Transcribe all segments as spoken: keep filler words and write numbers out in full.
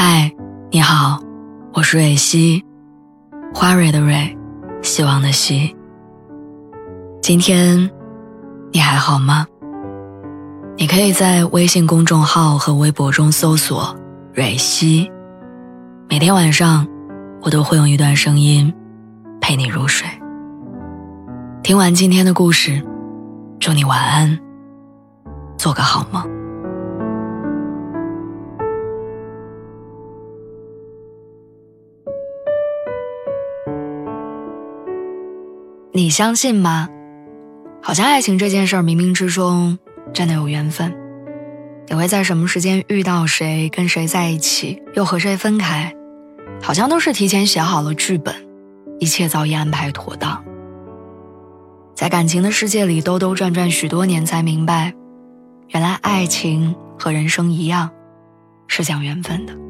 嗨，你好，我是蕊希，花蕊的蕊，希望的希。今天你还好吗？你可以在微信公众号和微博中搜索蕊希，每天晚上我都会用一段声音陪你入睡。听完今天的故事，祝你晚安，做个好梦。你相信吗？好像爱情这件事儿冥冥之中真的有缘分，你会在什么时间遇到谁，跟谁在一起，又和谁分开，好像都是提前写好了剧本，一切早已安排妥当。在感情的世界里兜兜转转许多年，才明白原来爱情和人生一样，是讲缘分的。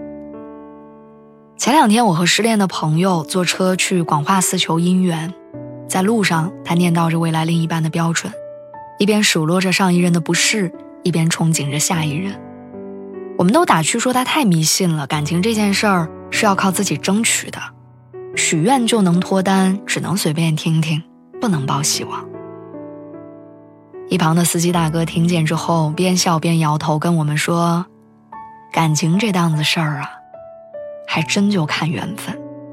前两天我和失恋的朋友坐车去广化寺求姻缘，在路上他念叨着未来另一半的标准，一边数落着上一任的不是，一边憧憬着下一任。我们都打趣说他太迷信了，感情这件事儿是要靠自己争取的，许愿就能脱单，只能随便听听，不能抱希望。一旁的司机大哥听见之后边笑边摇头跟我们说，感情这档子事儿啊，还真就看缘分。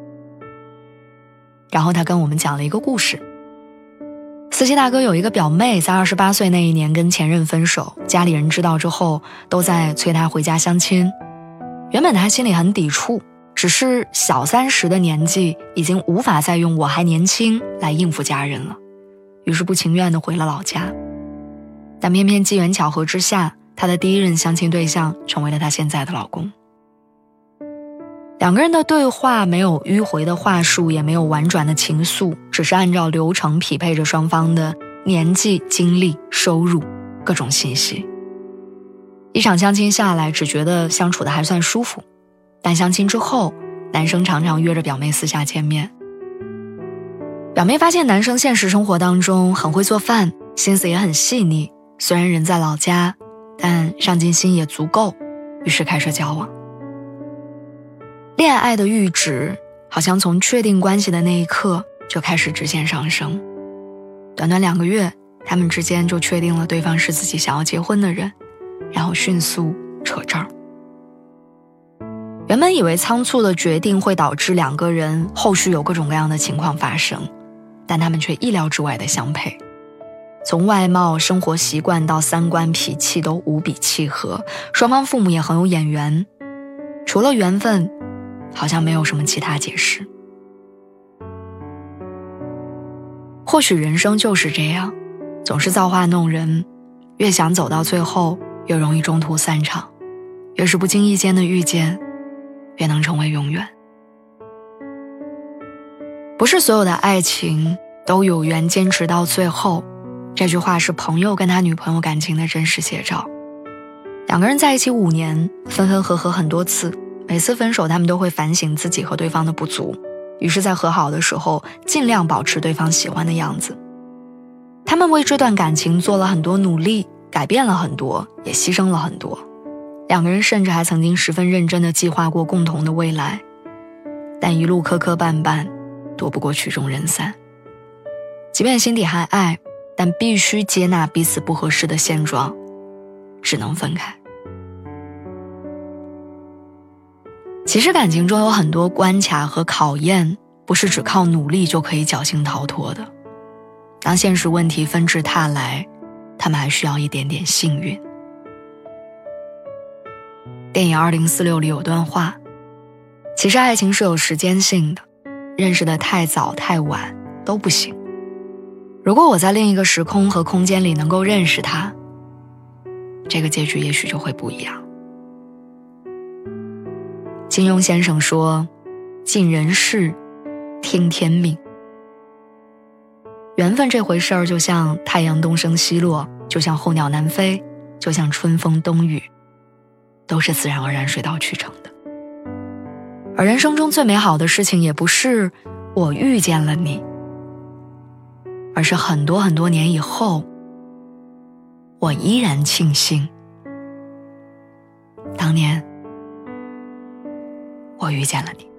然后他跟我们讲了一个故事。司机大哥有一个表妹，在二十八岁那一年跟前任分手，家里人知道之后都在催他回家相亲。原本他心里很抵触，只是小三十的年纪已经无法再用我还年轻来应付家人了，于是不情愿地回了老家。但偏偏机缘巧合之下，他的第一任相亲对象成为了他现在的老公。两个人的对话没有迂回的话术，也没有婉转的情愫，只是按照流程匹配着双方的年纪、经历、收入各种信息。一场相亲下来，只觉得相处的还算舒服，但相亲之后，男生常常约着表妹私下见面。表妹发现男生现实生活当中很会做饭，心思也很细腻，虽然人在老家，但上进心也足够，于是开始交往。恋爱的阈值好像从确定关系的那一刻就开始直线上升，短短两个月，他们之间就确定了对方是自己想要结婚的人，然后迅速扯证。原本以为仓促的决定会导致两个人后续有各种各样的情况发生，但他们却意料之外的相配。从外貌、生活习惯到三观、脾气都无比契合，双方父母也很有眼缘，除了缘分，好像没有什么其他解释。或许人生就是这样，总是造化弄人，越想走到最后，越容易中途散场，越是不经意间的遇见，越能成为永远。不是所有的爱情都有缘坚持到最后，这句话是朋友跟他女朋友感情的真实写照。两个人在一起五年，分分合合很多次，每次分手他们都会反省自己和对方的不足，于是在和好的时候尽量保持对方喜欢的样子。他们为这段感情做了很多努力，改变了很多，也牺牲了很多。两个人甚至还曾经十分认真地计划过共同的未来，但一路磕磕绊绊，躲不过曲终人散。即便心底还爱，但必须接纳彼此不合适的现状，只能分开。其实感情中有很多关卡和考验，不是只靠努力就可以侥幸逃脱的。当现实问题纷至沓来，他们还需要一点点幸运。电影二零四六里有段话，其实爱情是有时间性的，认识的太早太晚都不行。如果我在另一个时空和空间里能够认识他，这个结局也许就会不一样。金庸先生说，尽人事，听天命。缘分这回事儿，就像太阳东升西落，就像候鸟南飞，就像春风冬雨，都是自然而然水到渠成的。而人生中最美好的事情，也不是我遇见了你，而是很多很多年以后，我依然庆幸当年我遇见了你。